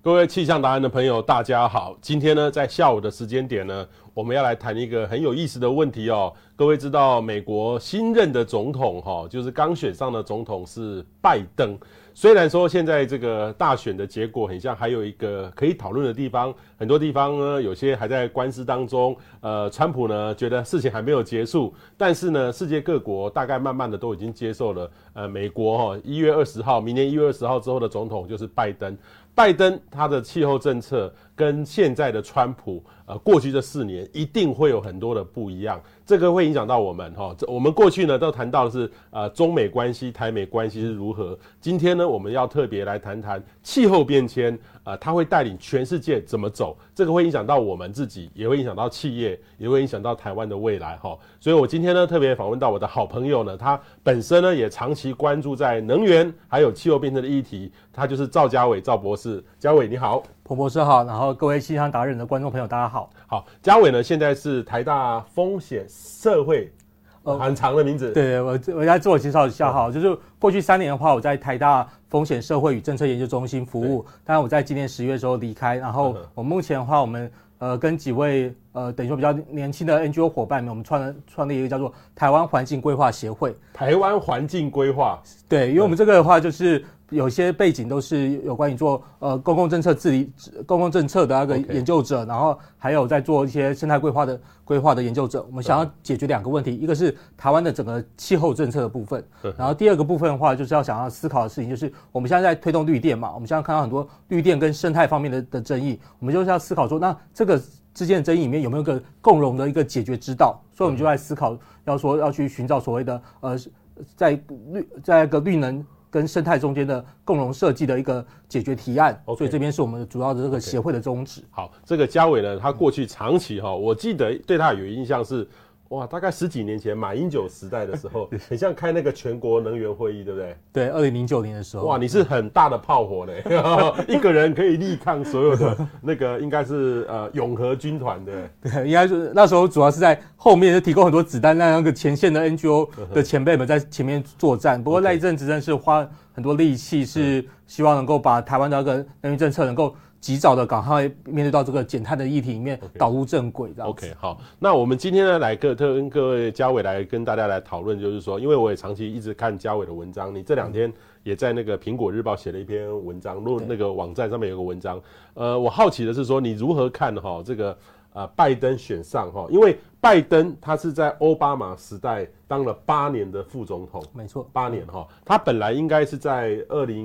各位气象达人的朋友，大家好。今天呢，在下午的时间点呢，我们要来谈一个很有意思的问题哦。各位知道，美国新任的总统就是刚选上的总统是拜登。虽然说现在这个大选的结果很像还有一个可以讨论的地方，很多地方呢有些还在官司当中。川普呢觉得事情还没有结束，但是呢，世界各国大概慢慢的都已经接受了。美国1月20号，明年1月20号之后的总统就是拜登。拜登他的气候政策跟现在的川普，过去这4年一定会有很多的不一样，这个会影响到我们我们过去呢都谈到的是中美关系、台美关系是如何。今天呢，我们要特别来谈谈气候变迁，它会带领全世界怎么走，这个会影响到我们自己，也会影响到企业，也会影响到台湾的未来所以我今天呢特别访问到我的好朋友呢，他本身呢也长期关注在能源还有气候变迁的议题，他就是赵家伟赵博士。家伟你好。 彭博士好，然后各位气象达人的观众朋友大家好。 好，家伟呢现在是台大风险社会，很长的名字。 对，我来自我介绍一下哈，就是过去3年的话，我在台大风险社会与政策研究中心服务，当然我在今年10月的时候离开，然后我目前的话，我们跟几位等于说比较年轻的 NGO 伙伴们，我们创立一个叫做台湾环境规划协会。 台湾环境规划， 对，因为我们这个的话就是有些背景都是有关于做公共政策治理、公共政策的那个研究者，然后还有在做一些生态规划的研究者。我们想要解决2个问题，一个是台湾的整个气候政策的部分，然后第2个部分的话就是想要思考的事情，就是我们现在在推动绿电嘛，我们现在看到很多绿电跟生态方面的争议，我们就是要思考说，那这个之间的争议里面有没有一个共融的一个解决之道？所以我们就在思考，要去寻找所谓的在一个绿能跟生态中间的共融设计的一个解决提案。所以这边是我们主要的这个协会的宗旨。 好，这个家伟呢，他过去长期我记得对他有印象是，哇，大概10几年前马英九时代的时候，很像开那个全国能源会议，对不对？ 对，2009年的时候。 哇，你是很大的炮火嘞，一个人可以力抗所有的那个，应该是永和军团的。 对，应该是那时候主要是在后面就提供很多子弹，让那个前线的 NGO 的前辈们在前面作战。不过那一阵子真的是花很多力气，是希望能够把台湾的那个能源政策能够及早的赶快面对到这个减碳的议题里面导入正轨。 OK， 好，那我们今天呢来跟各位家伟来跟大家来讨论，就是说，因为我也长期一直看家伟的文章，你这2天也在那个苹果日报写了一篇文章，那个网站上面有个文章，我好奇的是说，你如何看这个拜登选上因为拜登他是在奥巴马时代当了8年的副总统， 没错 ，8年他本来应该是在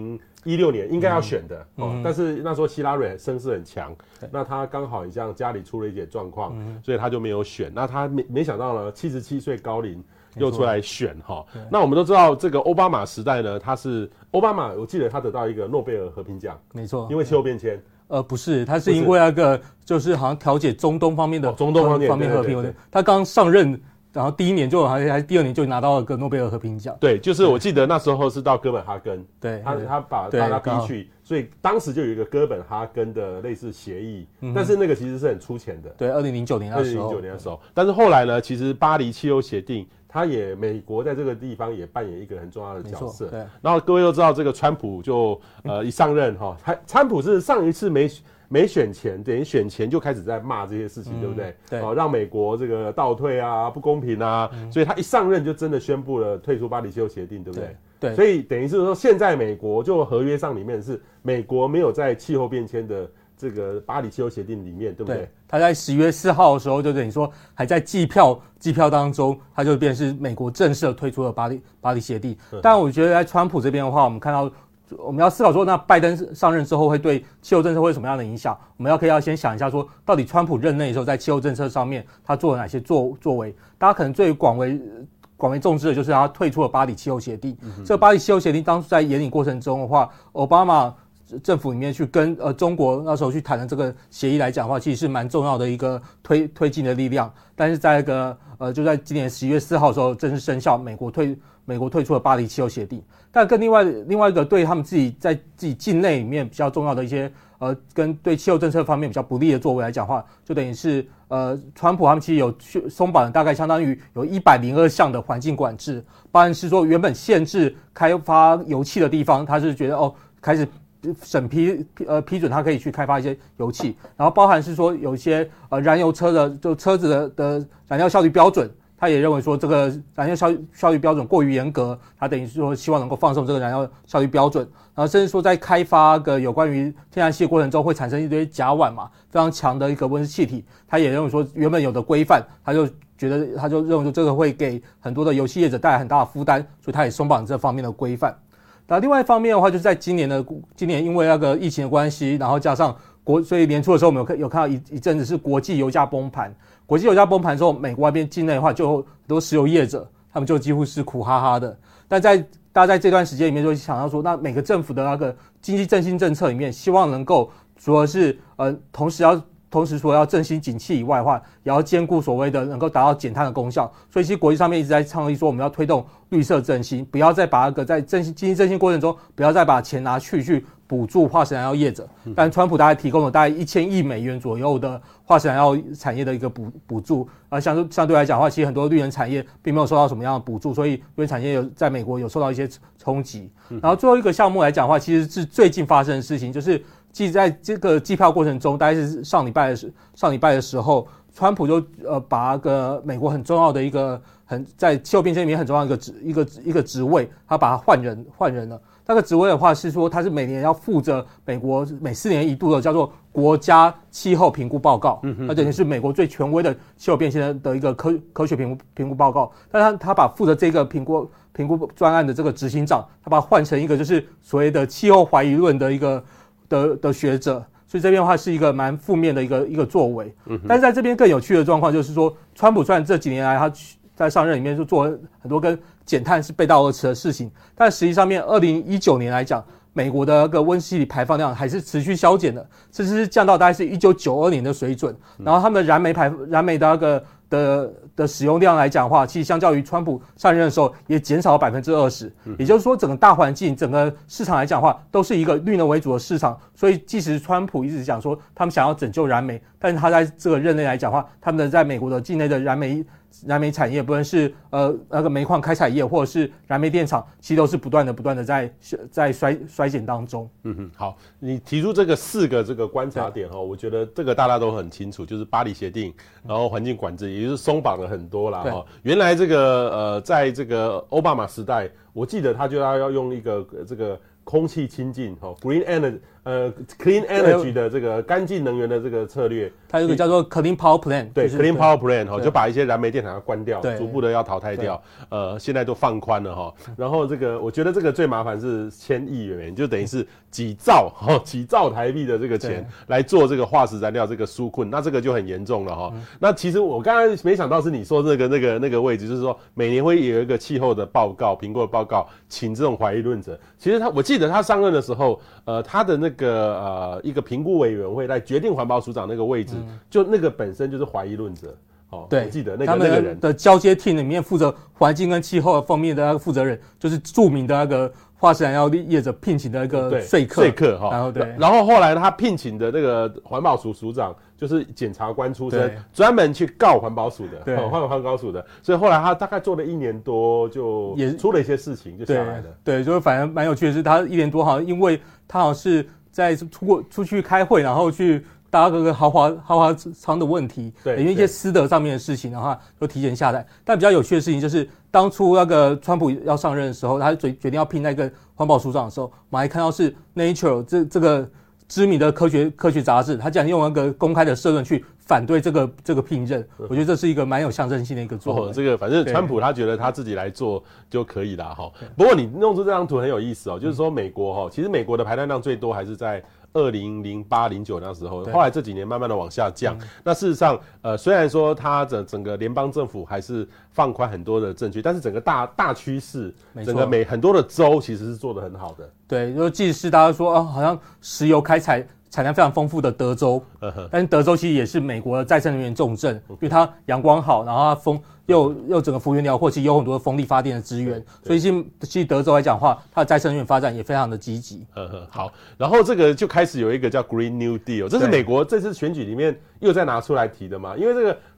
2016年应该要选的但是那时候希拉蕊声势很强，那他刚好很像家里出了一点状况，所以他就没有选。那他没想到呢，77岁高龄又出来选那我们都知道这个奥巴马时代呢，他是奥巴马，我记得他得到一个诺贝尔和平奖， 没错， 因为气候变迁。 不是，他是因为那个就是好像调解中东方面的中东方面和平问题。他刚上任，然后第1年就还第2年就拿到了个诺贝尔和平奖。 对，就是我记得那时候是到哥本哈根， 对， 他把他逼去，所以当时就有一个哥本哈根的类似协议，但是那个其实是很粗浅的。 对，2009年那时候。 2009年的时候，但是后来呢，其实巴黎气候协定。美国在这个地方也扮演一个很重要的角色。 对， 然后各位都知道，这个川普就一上任川普是上一次没选前，等于选前就开始在骂这些事情，对不对？ 对， 让美国这个倒退啊，不公平啊，所以他一上任就真的宣布了退出巴黎气候协定，对不对？ 对， 所以等于是说，现在美国就合约上里面是美国没有在气候变迁的这个巴黎气候协定里面，对不对？ 他在10月4号的时候，就等于说还在计票当中，他就变成是美国正式的推出了巴黎协定。但我觉得在川普这边的话，我们看到我们要思考说，那拜登上任之后会对气候政策会有什么样的影响？我们可以要先想一下说，到底川普任内的时候在气候政策上面他做了哪些作为？大家可能最广为重视的就是他退出了巴黎气候协定。这个巴黎气候协定当初在研拟过程中的话，奥巴马政府里面去跟中国那时候去谈的这个协议来讲的话，其实是蛮重要的一个推进的力量。但是在就在今年11月4号的时候正式生效，美国退出了巴黎气候协定。但跟另外一个对他们在自己境内里面比较重要的一些跟对气候政策方面比较不利的作为来讲的话，就等于是川普他们其实有松绑了大概相当于有102项的环境管制，包含是说原本限制开发油气的地方，他是觉得开始批准它可以去开发一些油气，然后包含是说有一些燃油车的就车子的燃料效率标准。他也认为说这个燃料效率标准过于严格，他等于说希望能够放松这个燃料效率标准，然后甚至说在开发个有关于天然气的过程中会产生一堆甲烷嘛，非常强的一个温室气体，他也认为说原本有的规范，他就认为说这个会给很多的油气业者带来很大的负担，所以他也松绑这方面的规范。那另外一方面的话，就是在今年因为那个疫情的关系，然后加上所以年初的时候我们有看到一阵子是国际油价崩盘。国际油价崩盘之后，美国那边境内的话，就很多石油业者，他们就几乎是苦哈哈的。但大家在这段时间里面就会想到说，那每个政府的那个经济振兴政策里面，希望能够除了是同时说要振兴景气以外的话，也要兼顾所谓的能够达到减碳的功效。所以其实国际上面一直在倡议说，我们要推动绿色振兴，不要再把那个在经济振兴过程中，不要再把钱拿去补助化石燃料业者。但川普大概提供了大概1000亿美元左右的化石燃料产业的一个补助，相对来讲的话，其实很多绿能产业并没有受到什么样的补助，所以绿能产业在美国有受到一些冲击。然后最后一个项目来讲的话，其实是最近发生的事情，就是在这个计票过程中，大概是上礼拜的时候，川普就把那个美国很重要的一个在气候变迁里面很重要的一个职位，他把它换人了。那个职位的话是说，他是每年要负责美国每4年一度的叫做国家气候评估报告，那等于是美国最权威的气候变迁的一个科学评估报告。但他把负责这个评估专案的这个执行长，他把它换成一个就是所谓的气候怀疑论的一个的学者，所以这边的话是一个蛮负面的一个作为。但是在这边更有趣的状况就是说，川普虽然这几年来他在上任里面就做了很多跟减碳是背道而驰的事情，但实际上面2019年来讲，美国的那个温室气体排放量还是持续削减的，甚至是降到大概是1992年的水准。然后他们燃煤的那个的使用量来讲的话，其实相较于川普上任的时候也减少了20%。也就是说，整个大环境、整个市场来讲的话，都是一个绿能为主的市场。所以，即使川普一直讲说他们想要拯救燃煤，但是他在这个任内来讲的话，他们在美国的境内的燃煤产业，不论是那个煤矿开采业或者是燃煤电厂，其实都是不断的在衰减当中。 好，你提出这个4个这个观察点哈，我觉得这个大家都很清楚，就是巴黎协定，然后环境管制也就是松绑了很多啦哈。原来这个在这个奥巴马时代，我记得他就要用一个这个空气清净clean energy 的这个干净能源的这个策略， 它有一个叫做 Clean Power Plan， 对 Clean Power Plan 就把一些燃煤电厂要关掉，逐步的要淘汰掉。现在都放宽了哈。然后这个我觉得这个最麻烦是1000亿元，就等于是几兆台币的这个钱来做这个化石燃料这个纾困，那这个就很严重了哈。那其实我刚才没想到是你说那个位置，就是说每年会有一个气候的报告、评估的报告，请这种怀疑论者。其实我记得他上任的时候，他的那个一个评估委员会来决定环保署长那个位置，就那个本身就是怀疑论者。 对， 我记得那个他们人的交接 team 里面负责环境跟气候方面的那个负责人，就是著名的那个化石燃料业者聘请的一个说客哈。然后后来他聘请的那个环保署署长就是检察官出身，专门去告环保署的，环保署的。所以后来他大概做了1年多，就也出了一些事情，就下来了。 对，就是反正蛮有趣的是，他1年多好像因为他好像是在出去开会，然后去搭个豪华舱的问题，因为一些私德上面的事情的话，就提前下来。但比较有趣的事情就是，当初那个川普要上任的时候，他决定要聘那个环保署长的时候，我们还看到是 Nature 这个知名的科学杂志，他竟然用那个公开的社论去反对这个聘任，我觉得这是一个蛮有象征性的一个作为。 这个反正川普他觉得他自己来做就可以啦哈。不过你弄出这张图很有意思哦，就是说美国哈，其实美国的排碳量最多还是在2008、09那时候，后来这几年慢慢的往下降。那事实上，虽然说它整个联邦政府还是放宽很多的政策，但是整个大趋势，整个很多的州其实是做得很好的。对， 就即使大家说好像石油开采产量非常丰富的德州，但是德州其实也是美国的再生能源重镇，因为它阳光好，然后它又整个幅员辽阔，其实有很多风力发电的资源，所以其实德州来讲的话，它的再生能源发展也非常的积极。 好，然后这个就开始有一个叫 Green New Deal， 这是美国这次选举里面又再拿出来提的嘛，因为这个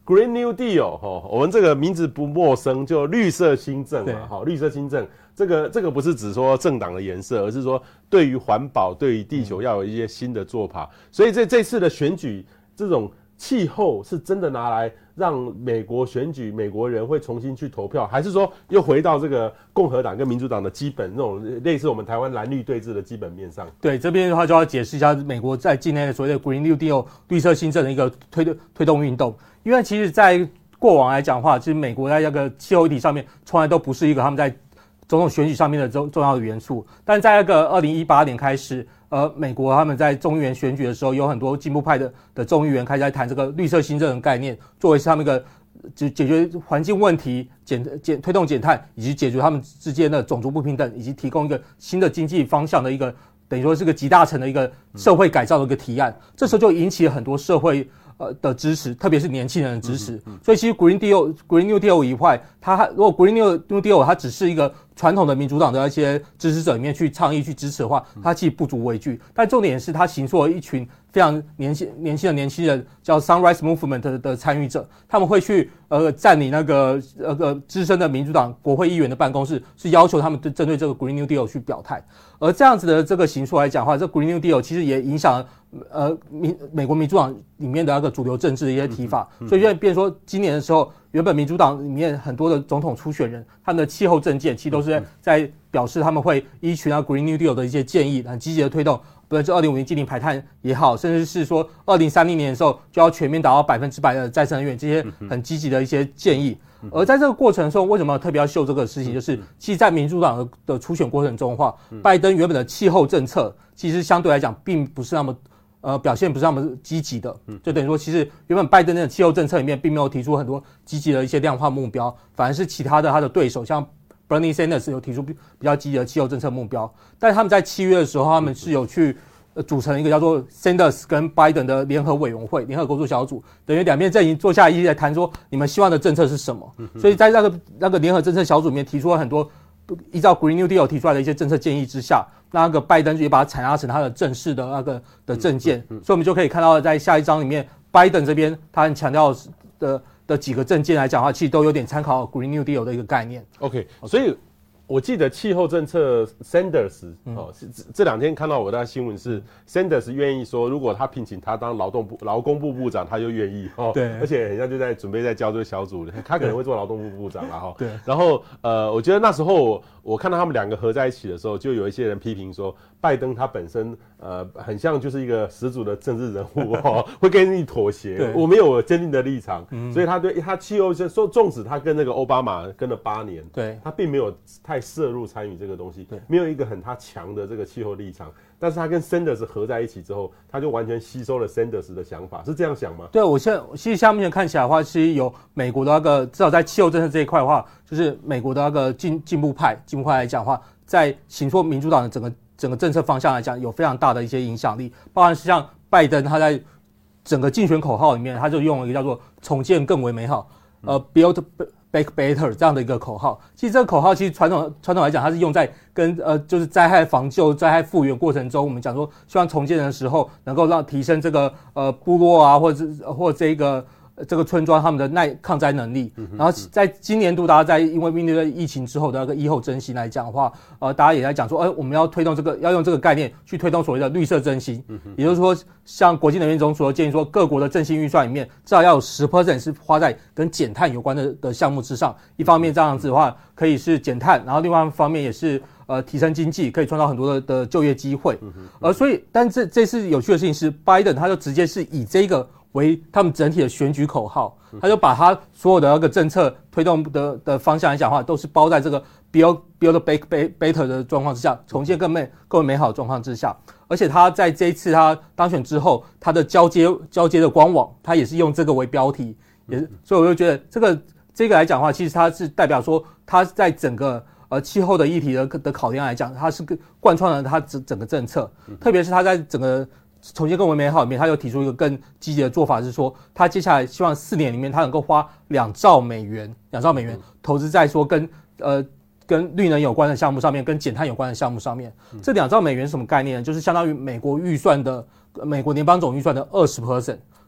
Green New Deal 我们这个名字不陌生，就绿色新政嘛，绿色新政，这个不是指说政党的颜色，而是说对于环保、对于地球要有一些新的做法。所以这次的选举，这种气候是真的拿来让美国选举，美国人会重新去投票，还是说又回到这个共和党跟民主党的基本那种类似我们台湾蓝绿对峙的基本面上？对， 这边的话就要解释一下美国在境内的所谓的 Green New Deal 绿色新政的一个推动运动。因为其实在过往来讲的话，其实美国在这个气候议题上面从来都不是一个他们在总统选举上面的重要的元素。但在那个2018年开始，美国他们在众议员选举的时候，有很多进步派的众议员开始在谈这个绿色新政的概念，作为是他们一个解决环境问题、推动减碳，以及解决他们之间的种族不平等，以及提供一个新的经济方向的一个等于说是个集大成的一个社会改造的一个提案。这时候就引起了很多社会的支持，特别是年轻人的支持。所以其实 Green New Deal 以外，如果 Green New Deal 它只是一个传统的民主党的一些支持者里面去倡议去支持的话，它其实不足为惧。但重点是它形塑了一群非常年轻的年轻人，叫 Sunrise Movement 的参与者，他们会去占领那个资深的民主党国会议员的办公室，是要求他们针对这个 Green New Deal 去表态。而这样子的这个形塑来讲的话，这 Green New Deal 其实也影响了美国民主党里面的那个主流政治的一些提法。所以就变成说今年的时候，原本民主党里面很多的总统初选人，他们的气候政见其实都是在表示他们会依循Green New Deal 的一些建议，很积极的推动，不论是2050净零排碳也好，甚至是说2030年的时候就要全面达到100%的再生能源，这些很积极的一些建议。而在这个过程中，为什么特别要秀这个事情？就是其实在民主党的初选过程中的话，拜登原本的气候政策其实相对来讲并不是那么表现不是那么积极的，就等于说其实原本拜登的气候政策里面并没有提出很多积极的一些量化目标，反而是其他的他的对手像 Bernie Sanders 有提出比较积极的气候政策目标。但是他们在7月的时候，他们是有去组成一个叫做 Sanders 跟 Biden 的联合委员会、联合工作小组，等于两边阵营坐下来一起来谈说你们希望的政策是什么。所以在那个联合政策小组里面提出了很多依照 Green New Deal 提出来的一些政策建议之下，那个拜登就也把它采纳成他的正式的那个的政见。所以我们就可以看到在下一章里面，拜登这边他很强调的几个政见来讲的话，其实都有点参考 Green New Deal 的一个概念。 OK， 所以我记得气候政策 Sanders 这2天看到我的新闻是 Sanders 愿意说，如果他聘请他当劳工部部长，他就愿意对，而且很像就在准备在交这个小组，他可能会做劳动部部长啦对。然后我觉得那时候我看到他们2个合在一起的时候，就有一些人批评说，拜登他本身很像就是一个十足的政治人物会跟你妥协，我没有坚定的立场，所以他对他气候说，纵使他跟那个奥巴马跟了8年，对，他并没有太涉入参与这个东西，没有一个他强的这个气候立场。但是他跟 Sanders 合在一起之后，他就完全吸收了 Sanders 的想法，是这样想吗？对， 其实目前看起来的话，其实有美国的那个至少在气候政策这一块的话，就是美国的那个进步派来讲的话，在形塑民主党的整个政策方向来讲，有非常大的一些影响力。包含是像拜登他在整个竞选口号里面，他就用了一个叫做“重建更为美好”，Build Back Better 这样的一个口号。其实这个口号其实传统来讲，它是用在跟就是灾害防救、灾害复原过程中，我们讲说希望重建的时候，能够提升这个部落啊，或者这个村庄他们的抗灾能力。然后在今年度，大家在因为面对疫情之后的那个疫后振兴来讲的话，大家也在讲说，我们要推动要用这个概念去推动所谓的绿色振兴。也就是说，像国际能源总署建议说，各国的振兴预算里面至少要有10% 是花在跟减碳有关的项目之上。一方面这样子的话，可以是减碳，然后另外一方面也是提升经济，可以创造很多的就业机会。所以，但这次有趣的事情是，拜登他就直接是以这个为他们整体的选举口号，他就把他所有的那个政策推动的方向来讲的话，都是包在这个 build back better 的状况之下，重建更为美好的状况之下。而且他在这一次他当选之后，他的交接的官网，他也是用这个为标题，所以我就觉得这个来讲的话，其实它是代表说他在整个气候的议题的考量来讲，他是贯穿了他整个政策，特别是他在整个重建更为美好里面，他又提出一个更积极的做法，是说他接下来希望4年里面他能够花2兆美元投资在说跟绿能有关的项目上面，跟减碳有关的项目上面。这2兆美元是什么概念呢？就是相当于美国联邦总预算的20%。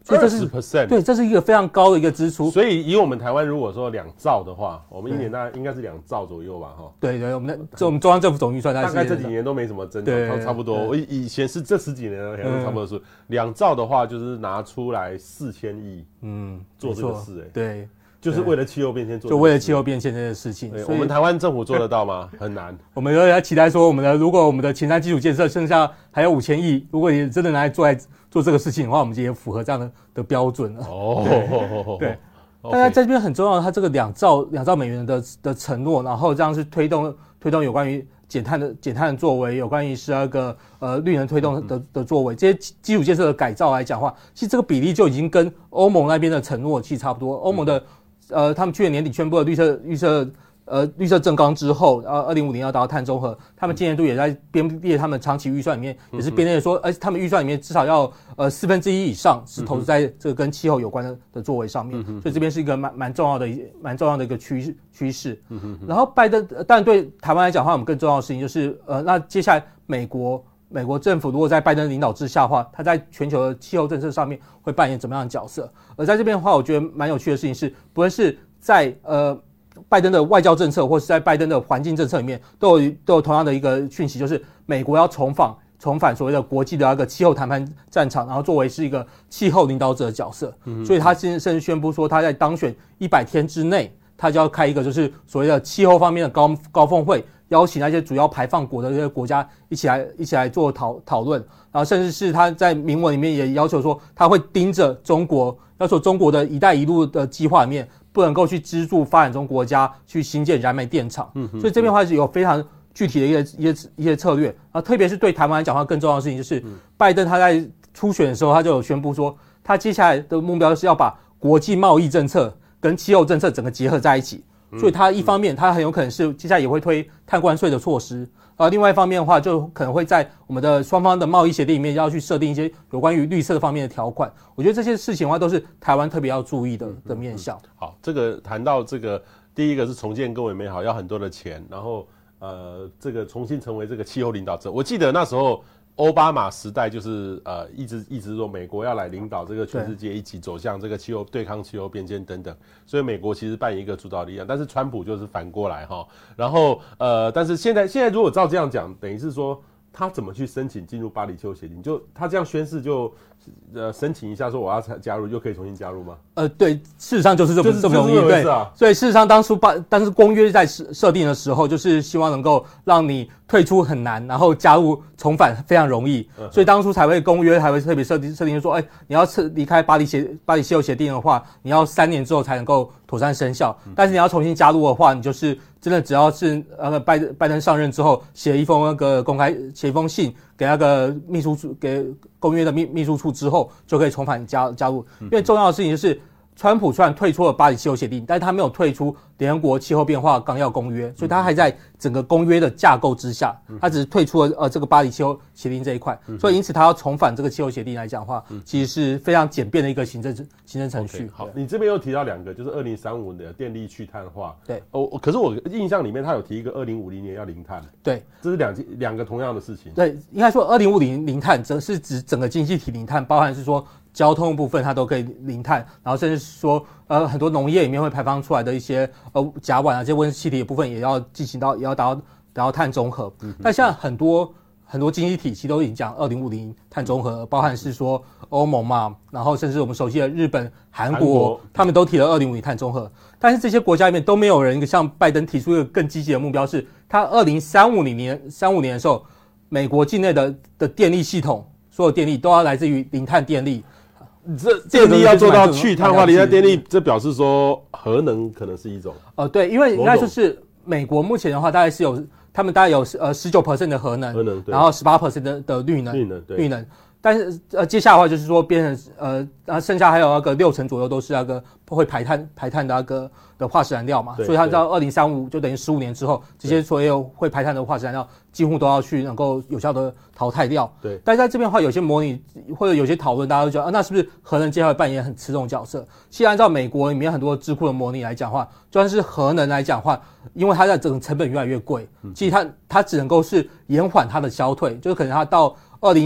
所以这是 20%， 对，这是一个非常高的一个支出。 所以以我们台湾如果说2兆的话，我们一年大概应该是2兆左右吧，哈。 对，我们中央政府总预算大概这几年都没什么增长，差不多。我以前是这10几年好像差不多是2兆的话，就是拿出来4000亿，做这个事， 对。 就是为了气候变迁做， 就为了气候变迁这件事情， 我们台湾政府做得到吗？很难。 我们有在期待说，如果我们的前瞻基础建设剩下还有5000亿，如果你真的拿来做这个事情的话，我们也符合这样的标准了。对。但是在这边很重要的，它这个2兆美元的承诺，然后这样是推动有关于减碳的作为，有关于12个绿能推动的作为，这些基础建设的改造来讲的话，其实这个比例就已经跟欧盟那边的承诺其实差不多。欧盟的他们去年年底宣布了绿色正纲之后，2050要达到碳中和，他们今年度也在编列他们长期预算里面，也是编列说，而且他们预算里面至少要1/4以上是投资在这个跟气候有关的作为上面，所以这边是一个蛮重要的一个趋势。然后拜登，但对台湾来讲的话，我们更重要的事情就是，那接下来美国政府如果在拜登领导之下的话，他在全球的气候政策上面会扮演怎么样的角色？而在这边的话，我觉得蛮有趣的事情是，不论是在拜登的外交政策，或是在拜登的环境政策里面，都有同样的一个讯息，就是美国要重返所谓的国际的那个气候谈判战场，然后作为是一个气候领导者的角色。所以他甚至宣布说，他在当选100天之内，他就要开一个就是所谓的气候方面的高峰会，邀请那些主要排放国的这些国家一起来做讨论，然后甚至是他在明文里面也要求说，他会盯着中国，要求中国的一带一路的计划里面不能够去资助发展中国家去新建燃煤电厂。所以这边的话是有非常具体的一些策略，然后特别是对台湾来讲的话，更重要的事情就是拜登他在初选的时候他就有宣布说，他接下来的目标是要把国际贸易政策跟气候政策整个结合在一起。所以他一方面他很有可能是接下来也会推碳关税的措施，另外一方面的话就可能会在我们的双方的贸易协定里面要去设定一些有关于绿色方面的条款。我觉得这些事情的话都是台湾特别要注意的面向。 好，这个谈到这个，第一个是重建更为美好，要很多的钱，然后这个重新成为这个气候领导者。我记得那时候奥巴马时代就是一直说美国要来领导这个全世界一起走向这个对抗气候变迁等等，所以美国其实扮演一个主导力量，但是川普就是反过来哈，然后但是现在如果照这样讲，等于是说他怎么去申请进入巴黎气候协定？就他这样宣誓就申请一下说我要加入，就可以重新加入吗？ 对，事实上就是这么容易，对。所以事实上当时公约在设定的时候，就是希望能够让你退出很难，然后加入重返非常容易。所以当初公约还会特别设定说，你要离开巴黎气候协定的话，你要3年之后才能够妥善生效。但是你要重新加入的话，你就是真的只要是拜登上任之后写一封信给那个秘书处，给公约的秘书处之后，就可以重返加入。因为重要的事情就是，川普虽然退出了巴黎气候协定，但是他没有退出联合国气候变化纲要公约，所以他还在整个公约的架构之下，他只是退出了这个巴黎气候协定这一块，所以因此他要重返这个气候协定来讲的话，其实是非常简便的一个行政程序。 好，你这边又提到2个，就是2035的电力去碳化。 对， 可是我印象里面他有提一个2050年要零碳。对，这是两个同样的事情。 对，应该说2050零碳，则是指整个经济体零碳，包含是说交通部分它都可以零碳，然后甚至说很多农业里面会排放出来的一些甲烷这些温室气体的部分也要达到碳中和。但现在很多经济体其实都已经讲2050碳中和，包含是说欧盟嘛，然后甚至我们熟悉的日本、韩国，他们都提了2050碳中和。但是这些国家里面都没有人像拜登提出一个更积极的目标，是他2035年的时候，美国境内的电力系统所有电力都要来自于零碳电力。 这电力要做到去碳化零碳电力，这表示说核能可能是一种。 对，因为应该就是美国目前的话，他们大概有19% 的核能，然后18% 的绿能。但是接下来的话就是说变成剩下还有那个60%左右都是那个会排碳的那个的化石燃料嘛，所以它到2035就等于15年之后，这些所有会排碳的化石燃料几乎都要去能够有效的淘汰掉。对，但是在这边的话，有些模拟或者有些讨论，大家都觉得那是不是核能接下来扮演很吃重角色？其实按照美国里面很多智库的模拟来讲的话，就算是核能来讲的话，因为它的整个成本越来越贵，其实它只能够是延缓它的消退，就是可能它到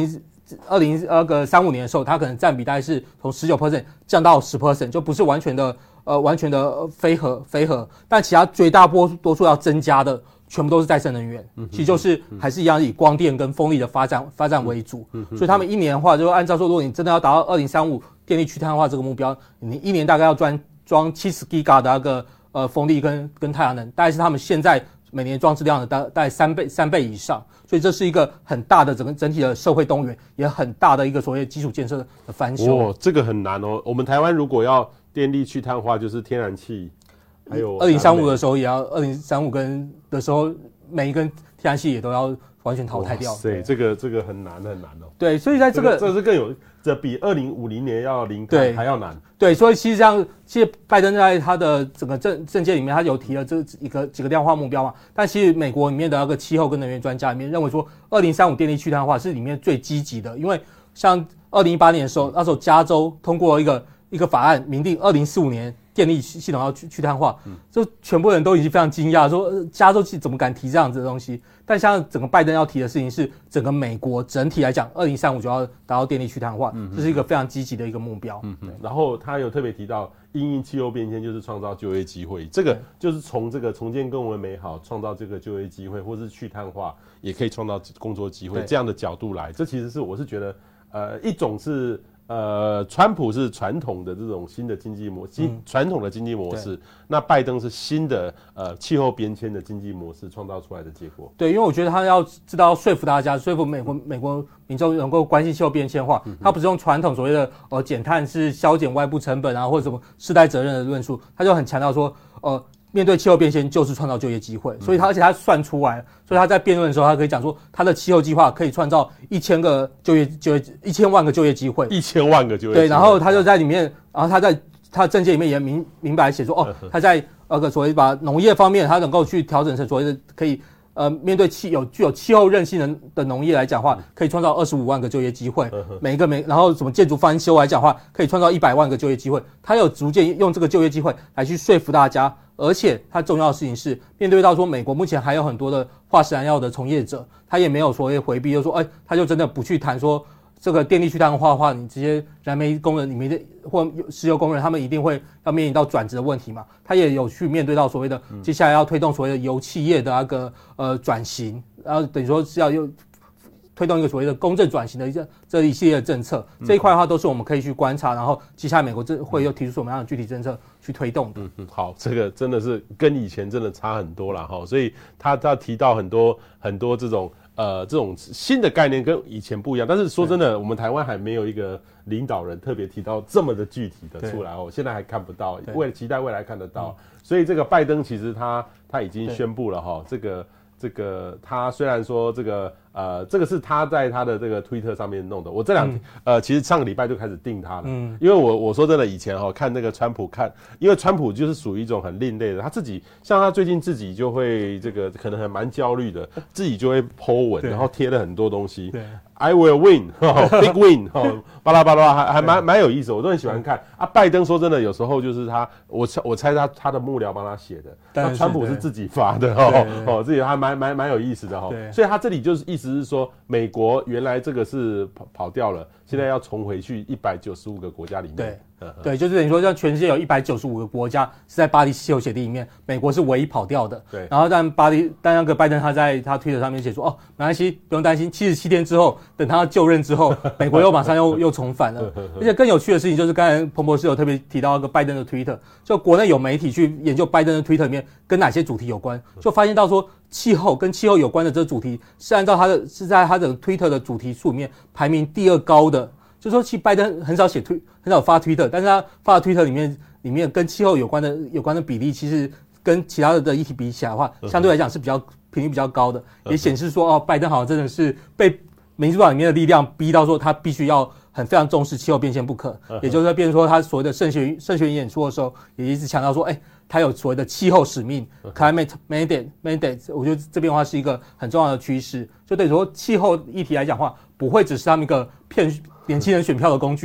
2035年的时候，它可能占比大概是从19% 降到10%，就不是完全的非核，但其他绝大多数要增加的全部都是再生能源，其实就是还是一样以光电跟风力的发展为主，所以他们一年的话，就按照说，如果你真的要达到2035电力去碳化这个目标，你一年大概要装70 Giga 的那个风力跟太阳能，大概是他们现在每年装置量的大概3倍以上，所以这是一个很大的整体的社会动员，也很大的一个所谓基础建设的翻修。 这个很难哦。我们台湾如果要电力去碳化，就是天然气，还有 2035的时候也要2035的时候，每一根天然气也都要完全淘汰掉。 对，这个很难哦。 对，所以在这是更有，这比2050年要零碳还要难。 对，所以其实拜登在他的整个政见里面，他有提了这几个量化目标嘛。但其实美国里面的那个气候跟能源专家里面认为说，2035电力去碳化是里面最积极的，因为像2018年的时候，那时候加州通过一个法案，明定2045年电力系统要去碳化，就全部人都已经非常惊讶，说加州怎么敢提这样子的东西？但像整个拜登要提的事情是，整个美国整体来讲，2035就要达到电力去碳化，这是一个非常积极的一个目标。 然后他有特别提到，因应气候变迁就是创造就业机会，这个就是从这个重建更为美好，创造这个就业机会，或是去碳化也可以创造工作机会这样的角度来，这其实我是觉得，一种是。川普是传统的这种新的经济模式，传统的经济模式。那拜登是新的气候变迁的经济模式创造出来的结果。 对，因为我觉得他要知道说服大家，说服美国民众能够关心气候变迁的话，他不是用传统所谓的减碳是削减外部成本啊，或者什么世代责任的论述，他就很强调说面对气候变迁就是创造就业机会，所以而且他算出来，所以他在辩论的时候，他可以讲说他的气候计划可以创造1000万个就业机会 ，1000万个就业机会。 对，然后他就在里面，然后他在他的政见里面也明白写说，他在所谓把农业方面，他能够去调整成所谓的可以面对具有气候韧性的农业来讲的话，可以创造25万个就业机会，然后什么建筑翻修来讲的话，可以创造100万个就业机会。他有逐渐用这个就业机会来去说服大家。而且它重要的事情是，面对到说美国目前还有很多的化石燃料的从业者，他也没有所谓回避，就说他就真的不去谈说这个电力去碳化的话，你这些燃煤工人里面的或石油工人，他们一定会要面临到转职的问题嘛。他也有去面对到所谓的接下来要推动所谓的油企业的那个转型，然后等于说是要推动一个所谓的公正转型的这一系列的政策，这一块的话都是我们可以去观察，然后接下来美国会又提出什么样的具体政策去推动的。 好，这个真的是跟以前真的差很多了哈，所以他提到很多这种新的概念跟以前不一样，但是说真的，我们台湾还没有一个领导人特别提到这么的具体的出来哦，现在还看不到，期待未来看得到，所以这个拜登其实他已经宣布了哈，这个他虽然说这个是他在他的这个推特上面弄的，我这两天其实上个礼拜就开始订他了，因为我说真的以前看那个川普因为川普就是属于一种很另类的，他自己像他最近自己就会这个可能还蛮焦虑的，自己就会 po 文，然后贴了很多东西。I will win, big win， 巴拉巴拉，还蛮有意思，我都很喜欢看啊。拜登说真的，有时候就是我猜他的幕僚帮他写的，那川普是自己发的自己还蛮有意思的所以他这里就是意思是说，美国原来这个是跑掉了，现在要重回去195个国家里面。 对，就是等于说，像全世界有195个国家是在巴黎气候协定里面，美国是唯一跑掉的。 对， 然后但那个拜登他在他推特上面写说，没关系，不用担心，77天之后，等他就任之后，美国又马上又重返了。而且更有趣的事情就是，刚才彭博士有特别提到一个拜登的推特，就国内有媒体去研究拜登的推特里面跟哪些主题有关，就发现到说，跟气候有关的这个主题是在他的推特的主题数里面排名第2高的。就说其实拜登很少发推特，但是他发的推特里面跟气候有关的比例，其实跟其他的议题比起来的话，相对来讲是频率比较高的，也显示说拜登好像真的是被民主党里面的力量逼到说他必须要非常重视气候变迁不可，也就是变成说他所谓的胜选演说的时候，也一直强调说，他有所谓的气候使命 （climate mandate）。我觉得这边的话是一个很重要的趋势，就等于说气候议题来讲的话，不会只是他们一个骗年轻人选票的工具了，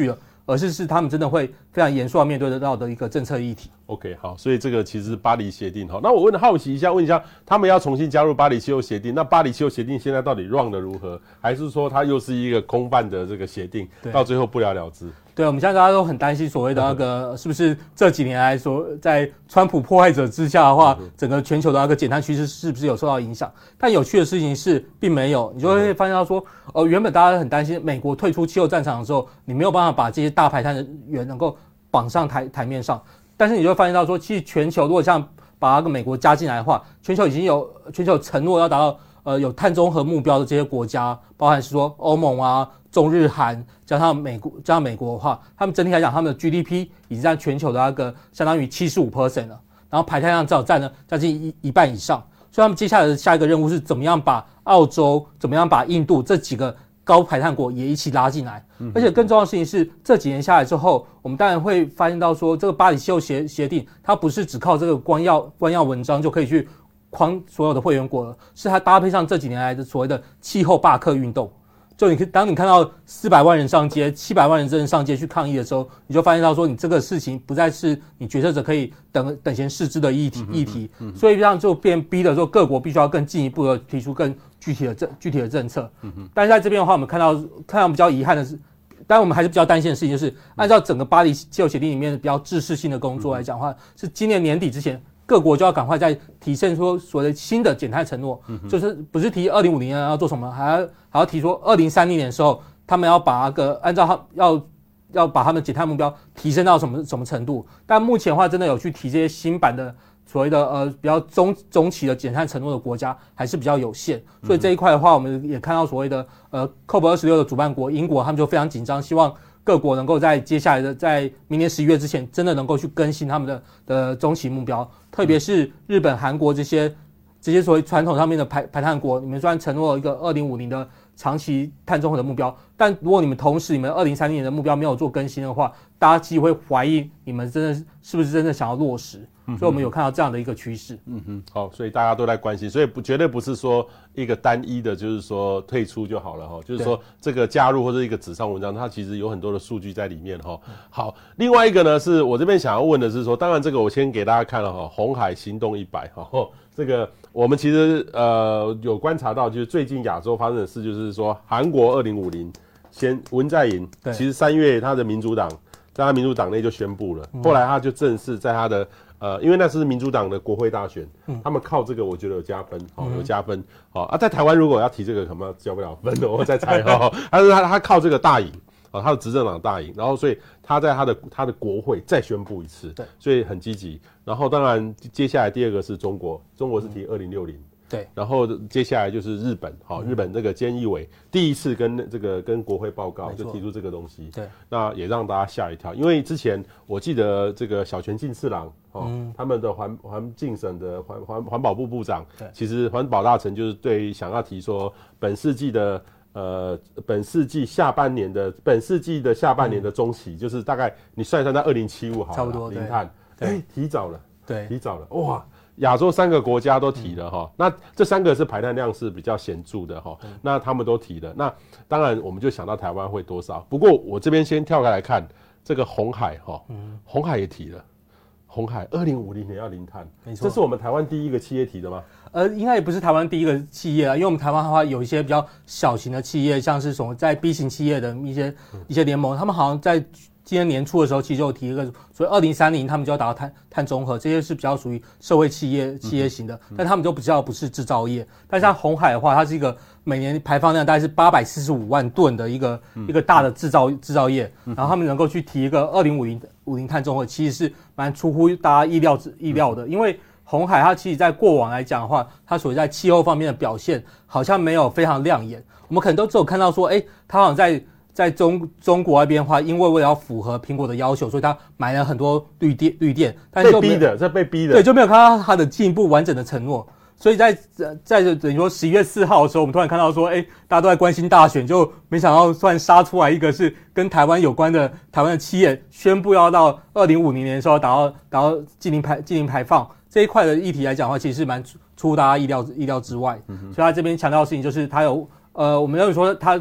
而是他们真的会非常严肃要面对得到的一个政策议题。 OK， 好，所以这个其实是巴黎协定。好，那我好奇一下，问一下，他们要重新加入巴黎气候协定，那巴黎气候协定现在到底 run 得如何？还是说它又是一个空办的这个协定，到最后不了了之？ 对，我们现在大家都很担心所谓的那个是不是这几年来说，在川普迫害者之下的话，整个全球的那个减碳趋势是不是有受到影响？但有趣的事情是，并没有。你就会发现到说，原本大家很担心美国退出气候战场的时候，你没有办法把这些大排碳的源能够绑上台面上。但是你就会发现到说，其实全球如果像把那个美国加进来的话，全球已经有承诺要达到有碳中和目标的这些国家，包含是说欧盟啊、中日韩加上美国的话，他们整体来讲，他们的 GDP 已经占全球的那个相当于 75% 了，然后排碳量至少占了将近一半以上。所以他们接下来的下一个任务是怎么样把澳洲、怎么样把印度这几个高排碳国也一起拉进来。而且更重要的事情是，这几年下来之后，我们当然会发现到说，这个巴黎气候协定它不是只靠这个官要文章就可以去框所有的会员国了，是它搭配上这几年来的所谓的气候罢课运动。就当你看到400万人上街、700万人真正上街去抗议的时候，你就发现到说，你这个事情不再是你决策者可以等闲视之的议题，所以这样就逼得说各国必须要更进一步的提出更具体的政策。但是在这边的话，我们看到比较遗憾的是，当然我们还是比较担心的事情就是，按照整个巴黎气候协定里面比较制式性的工作来讲的话，是今年年底之前，各国就要赶快再提升说所谓的新的减碳承诺，就是不是提2050年要做什么，还要提说2030年的时候，他们要把那个按照要把他们的减碳目标提升到什么程度。但目前的话，真的有去提这些新版的所谓的比较中期的减碳承诺的国家还是比较有限，所以这一块的话，我们也看到所谓的COP26的主办国英国，他们就非常紧张，希望各国能够在接下来的在明年11月之前，真的能够去更新他们的中期目标，特别是日本、韩国这些所谓传统上面的排碳国，你们虽然承诺了一个2050的长期碳中和的目标，但如果你们同时你们2030年的目标没有做更新的话，大家其实会怀疑你们真的是不是真的想要落实。所以我们有看到这样的一个趋势。 好，所以大家都在关心，所以绝对不是说一个单一的，就是说退出就好了哈，就是说这个加入或者一个纸上文章，它其实有很多的数据在里面哈。好，另外一个呢是我这边想要问的是说，当然这个我先给大家看了哈，红海行动100哈，这个我们其实有观察到，就是最近亚洲发生的事，就是说韩国2050先文在寅，其实3月他的民主党在他民主党内就宣布了，后来他就正式在他的因为那是民主党的国会大选，他们靠这个我觉得有加分，有加分，在台湾如果要提这个可能交不了分的，我再猜但是他靠这个大赢，他的执政党大赢，然后所以他在他的国会再宣布一次，所以很积极。然后当然接下来第二个是中国是提2060。 对， 然后接下来就是日本，日本这个菅义伟第一次跟国会报告，就提出这个东西， 对， 那也让大家吓一跳，因为之前我记得这个小泉进次郎，他们的环境省的环保部部长，其实环保大臣就是对想要提说本世纪的下半年的中期，就是大概你算一算在2075好了， 差不多零碳，提早了，哇！亚洲3个国家都提了哈，那这3个是排碳量是比较显著的哈，那他们都提了，那当然我们就想到台湾会多少。不过我这边先跳开来看这个鸿海哈，鸿海也提了，鸿海2050年要零碳，没错，这是我们台湾第一个企业提的吗？ 应该也不是台湾第一个企业啊，因为我们台湾的话有一些比较小型的企业，像是什么在 B 型企业的一些联盟，他们好像在今年年初的时候，其实就有提一个，所以2030他们就要达到碳中和，这些是比较属于社会企业型的，但他们就比较不是制造业。但像鸿海的话，它是一个每年排放量大概是845万吨的一个大的制造业，然后他们能够去提一个2050碳中和，其实是蛮出乎大家意料的，因为鸿海它其实在过往来讲的话，它所在气候方面的表现好像没有非常亮眼，我们可能都只有看到说，它好像在中国那边的话，因为为了要符合苹果的要求，所以他买了很多绿电，但是就被逼的， 对，就没有看到他的进一步完整的承诺。所以在等于说11月4号的时候，我们突然看到说，大家都在关心大选，就没想到突然杀出来一个是跟台湾有关的台湾的企业宣布要到2050年的时候达到净零排放这一块的议题来讲的话，其实是蛮出乎大家意料之外。所以他这边强调的事情就是他有我们认为说他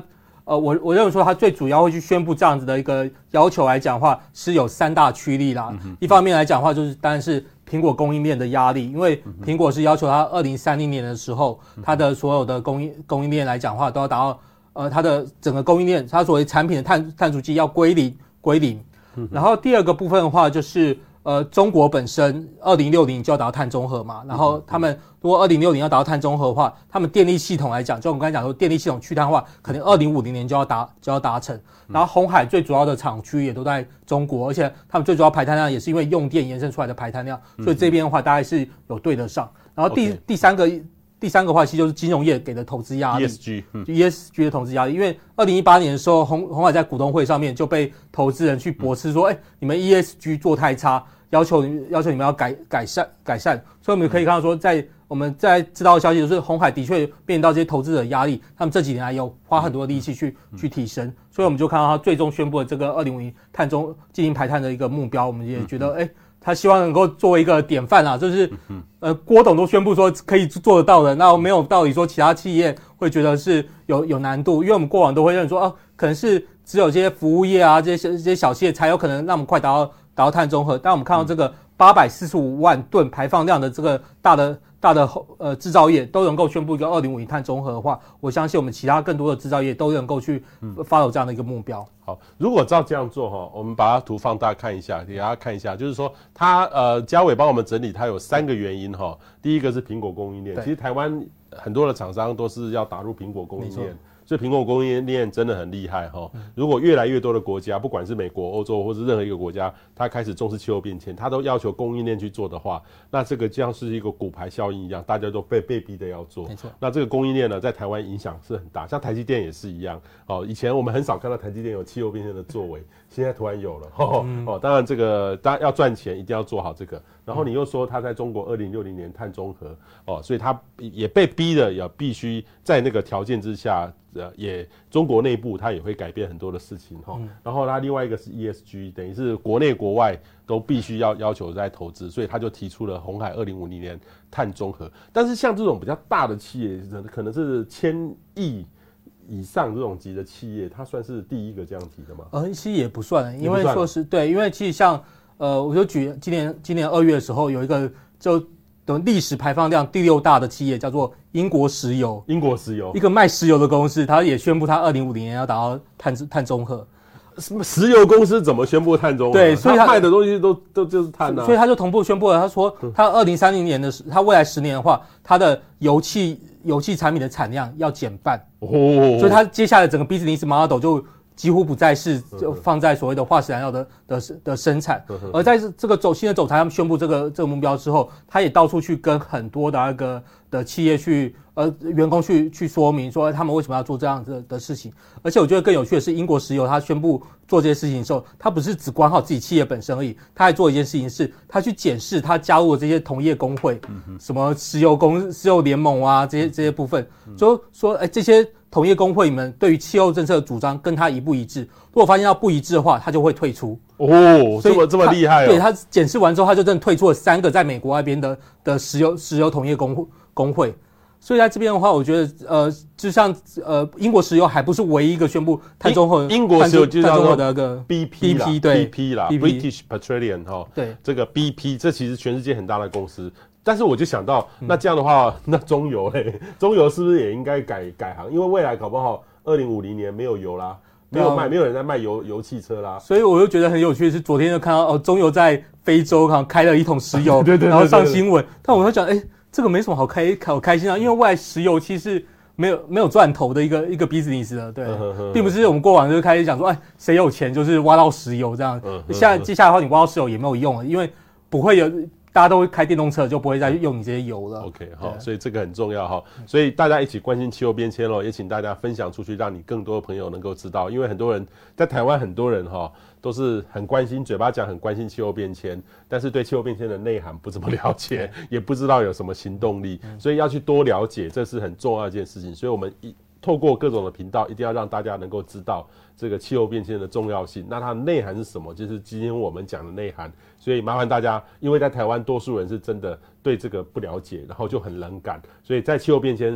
我认为说它最主要会去宣布这样子的一个要求来讲的话，是有3大驱力啦。一方面来讲的话，就是当然是苹果供应链的压力，因为苹果是要求它2030年的时候，它的所有的供应链来讲的话，都要达到它的整个供应链，它所谓产品的碳足迹要归零。然后第二个部分的话，就是中国本身2060就要达到碳中和嘛，然后他们如果2060要达到碳中和的话，他们电力系统来讲，就我们刚才讲说电力系统去碳化，可能2050年就要达成。然后红海最主要的厂区也都在中国，而且他们最主要排碳量也是因为用电延伸出来的排碳量，所以这边的话大概是有对得上。然后第三个话，其实就是金融业给的投资压力 ，ESG 的投资压力。因为2018年的时候，红海在股东会上面就被投资人去驳斥说，你们 ESG 做太差，要求你们要改善。所以我们可以看到说，我们在知道的消息就是红海的确面临到这些投资者的压力，他们这几年来有花很多力气去提升，所以我们就看到他最终宣布的这个2050进行排碳的一个目标，我们也觉得他希望能够作为一个典范啦，就是郭董都宣布说可以做得到的，那没有道理说其他企业会觉得是有难度，因为我们过往都会认为说可能是只有这些服务业啊这些小企业才有可能让我们快达到碳中和，但我们看到这个845万吨排放量的这个大的制造业都能够宣布一个2050碳中和的话，我相信我们其他更多的制造业都能够去follow这样的一个目标。 好，如果照这样做我们把它图放大看一下，给大家看一下，就是说它嘉伟帮我们整理，它有3个原因第一个是苹果供应链，其实台湾很多的厂商都是要打入苹果供应链。所以苹果供应链真的很厉害如果越来越多的国家，不管是美国、欧洲或是任何一个国家，它开始重视气候变迁，它都要求供应链去做的话，那这个像是一个骨牌效应一样，大家都被逼的要做。 没错。 那这个供应链呢，在台湾影响是很大，像台积电也是一样以前我们很少看到台积电有气候变迁的作为，现在突然有了当然这个当然要赚钱，一定要做好这个。然后你又说他在中国2060年碳中和所以他也被逼的也必须在那个条件之下也中国内部它也会改变很多的事情然后它另外一个是 ESG， 等于是国内国外都必须要求在投资，所以他就提出了红海2050年碳中和。但是像这种比较大的企业，可能是1000亿以上这种级的企业，它算是第一个这样提的吗？ 其实也不算，因为说是对，因为其实像我就举今年2月的时候，有一个就等历史排放量第6大的企业叫做英国石油，一个卖石油的公司，它也宣布它2050年要达到碳中和。 石油公司怎么宣布碳中和？ 对，所以他卖的东西都就是碳所以他就同步宣布了，他说他2030年的他未来10年的话，他的油气产品的产量要减半所以他接下来整个 business model 就几乎不再是就放在所谓的化石燃料的生产，而在这个新的总裁他们宣布这个目标之后，他也到处去跟很多的那个的企业员工去说明说他们为什么要做这样子的事情。而且我觉得更有趣的是，英国石油他宣布做这些事情的时候，他不是只管好自己企业本身而已，他还做一件事情是，他去检视他加入的这些同业工会，什么石油联盟啊这些部分，就说这些同业工会们对于气候政策的主张跟他一不一致，如果发现到不一致的话，他就会退出。 这么厉害对，他检视完之后，他就真的退出了3个在美国那边的石油同业工会。所以在这边的话，我觉得就像英国石油还不是唯一一个宣布碳中和， 英国石油就叫做那个 BP 对 BP 啦 ，BP British Petroleum 对， 这个 BP 这其实全世界很大的公司。但是我就想到，那这样的话，那中油嘞，中油是不是也应该改行？因为未来搞不好2050年没有油啦，没有人在卖油汽车啦。 所以我就觉得很有趣的是，昨天就看到中油在非洲开了一桶石油， 对， 然后上新闻。但我就讲，这个没什么好开心啊，因为未来石油其实没有赚头的一个 business 的，对，并不是我们过往就开始讲说，谁有钱就是挖到石油这样。接下来的话，你挖到石油也没有用了，因为不会有。大家都会开电动车，就不会再用你这些油了。 OK， 好，所以这个很重要哈。所以大家一起关心气候变迁咯，也请大家分享出去，让你更多的朋友能够知道。因为很多人在台湾，很多人都是很关心，嘴巴讲很关心气候变迁，但是对气候变迁的内涵不怎么了解，也不知道有什么行动力，所以要去多了解，这是很重要的一件事情。所以我们透过各种的频道，一定要让大家能够知道这个气候变迁的重要性。那它的内涵是什么？就是今天我们讲的内涵。所以麻烦大家，因为在台湾多数人是真的对这个不了解，然后就很冷感，所以在气候变迁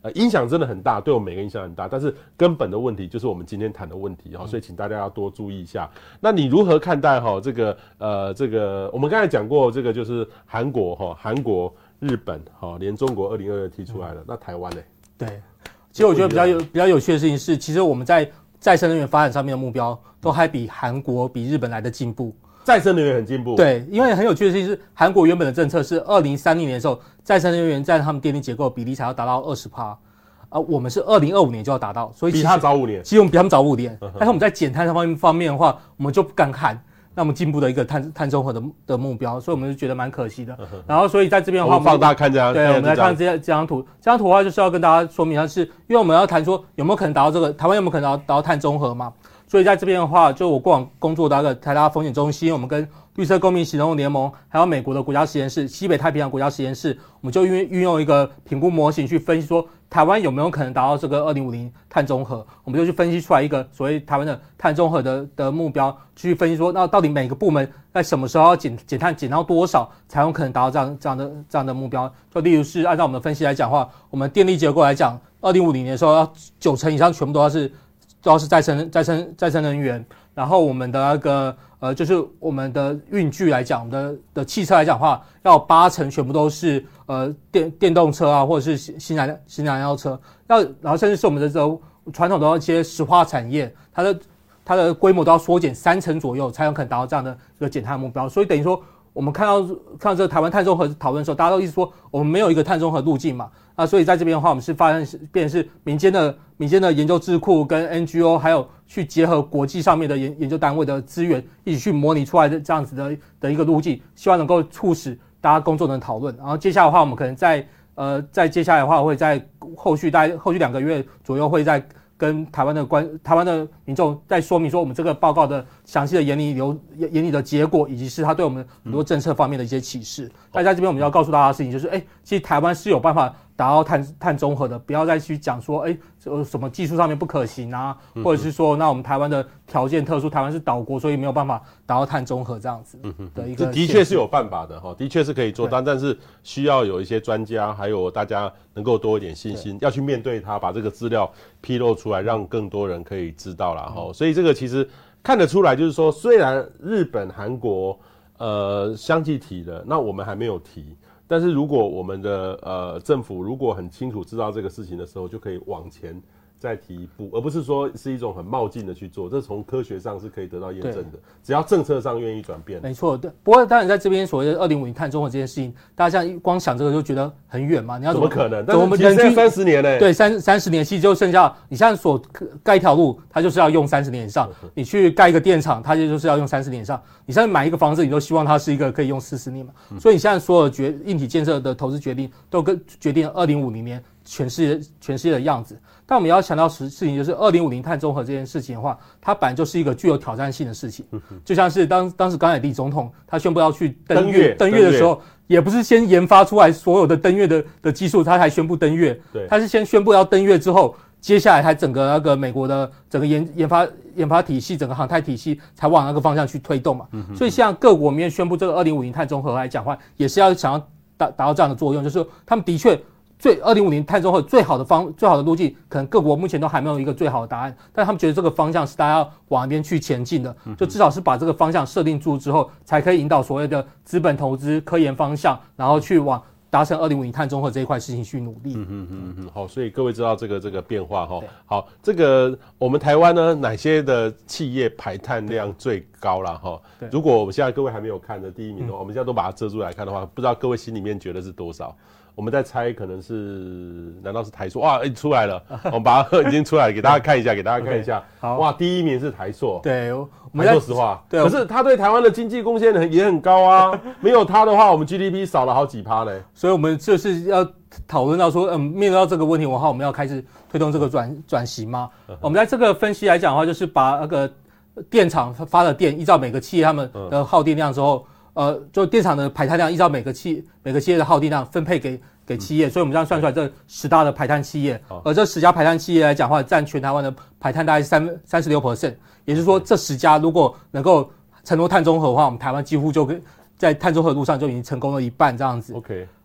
影响真的很大，对我们每个影响很大，但是根本的问题就是我们今天谈的问题所以请大家要多注意一下。那你如何看待这个我们刚才讲过，这个就是韩国日本连中国2022提出来了，那台湾呢？ 对，其实我觉得比较有趣的事情是，其实我们在再生能源发展上面的目标都还比韩国、比日本来的进步。 再生能源很进步， 对，因为很有趣的事情是，韩国原本的政策是2030年的时候，再生能源占他们电力结构比例才要达到20%，我们是2025年就要达到，所以比他早5年， 其实我们比他们早5年，但是我们在减碳方面的话，我们就不敢喊那么进步的一个碳中和的目标，所以我们就觉得蛮可惜的。然后，所以在这边的话， 我们放大看这样， 对，我们来看这张图。这张图的话，就是要跟大家说明的是，因为我们要谈说有没有可能达到这个台湾有没有可能达到碳中和嘛？所以在这边的话，就我过往工作的那个台大风险中心，我们跟绿色公民行动联盟，还有美国的国家实验室、西北太平洋国家实验室，我们就运用一个评估模型去分析说，台湾有没有可能达到这个2050碳中和？我们就去分析出来一个所谓台湾的碳中和的目标，去分析说，那到底每个部门在什么时候要减碳减到多少，才有可能达到这样的目标？就例如是按照我们的分析来讲的话，我们电力结构来讲，2050年的时候要90%以上全部都要是再生能源，然后我们的那个就是我们的运具来讲，我们的汽车来讲的话，要80%全部都是电动车啊，或者是新燃料车，然后甚至是我们的这种传统的一些石化产业，它的规模都要缩减30%左右，才有可能达到这样的一个减碳目标。所以等于说，我们看到这个台湾碳中和讨论的时候，大家都一直说我们没有一个碳中和路径嘛。所以在这边的话，我们是发现变成是民间的研究智库跟 NGO， 还有去结合国际上面的研究单位的资源，一起去模拟出来的这样子的一个路径，希望能够促使大家公众的讨论。然后接下来的话，我们可能在接下来的话，会在后续2个月左右，会在跟台湾的民众在说明说我们这个报告的详细的研拟的结果，以及是它对我们很多政策方面的一些启示。但在这边我们要告诉大家的事情就是，其实台湾是有办法达到碳中和的，不要再去讲说，什么技术上面不可行啊，或者是说，那我们台湾的条件特殊，台湾是岛国，所以没有办法达到碳中和这样子的一个。 这的确是有办法的的确是可以做到，但是需要有一些专家，还有大家能够多一点信心，要去面对它，把这个资料披露出来，让更多人可以知道啦所以这个其实看得出来，就是说，虽然日本、韩国相继提了，那我们还没有提。但是如果我们的政府如果很清楚知道这个事情的时候，就可以往前再提一步，而不是说是一种很冒进的去做，这从科学上是可以得到验证的，只要政策上愿意转变。 没错，对。不过当然在这边所谓的2050碳中和这件事情，大家像光想这个就觉得很远嘛，你要怎么可能？但是其实30年嘞， 对，30年其实就剩下你现在所盖一条路，它就是要用30年以上；你去盖一个电厂，它就是要用30年以上；你现在买一个房子，你都希望它是一个可以用40年嘛。所以你现在所有硬体建设的投资决定，都决定了2050年全世界的样子。但我们要强调事情就是2050碳中和这件事情的话，它本来就是一个具有挑战性的事情。就像是当时甘乃迪总统他宣布要去登月的时候，也不是先研发出来所有的登月的技术，他才宣布登月。他是先宣布要登月之后，接下来才整个那个美国的整个研发体系，整个航太体系才往那个方向去推动嘛。所以像各国里面宣布这个2050碳中和来讲的话，也是要想要达到这样的作用，就是他们的确。2050碳中和最好的路径，可能各国目前都还没有一个最好的答案，但他们觉得这个方向是大家要往那边去前进的，就至少是把这个方向设定住之后，才可以引导所谓的资本投资、科研方向，然后去往达成2050碳中和这一块事情去努力。 好，所以各位知道这个变化好，这个我们台湾呢，哪些的企业排碳量最高啦如果我们现在各位还没有看的第一名我们现在都把它遮住来看的话，不知道各位心里面觉得是多少？我们在猜，可能是，难道是台塑？哇，出来了，我们把它已经出来了，给大家看一下，好，哇，第一名是台塑， 对， 台塑石化，对，可是它对台湾的经济贡献也很高啊，没有它的话，我们 GDP 少了好几%呢。 所以我们就是要讨论到说，面对到这个问题的话，我们要开始推动这个转型吗？我们在这个分析来讲的话，就是把那个电厂发的电，依照每个企业他们的耗电量之后。就电厂的排碳量依照每个企业的耗电量分配给企业，所以我们这样算出来这10大的排碳企业，而这10家排碳企业来讲的话，占全台湾的排碳大概是36%，也就是说这10家如果能够承诺碳中和的话，我们台湾几乎就在碳中和路上就已经成功了一半这样子。 OK。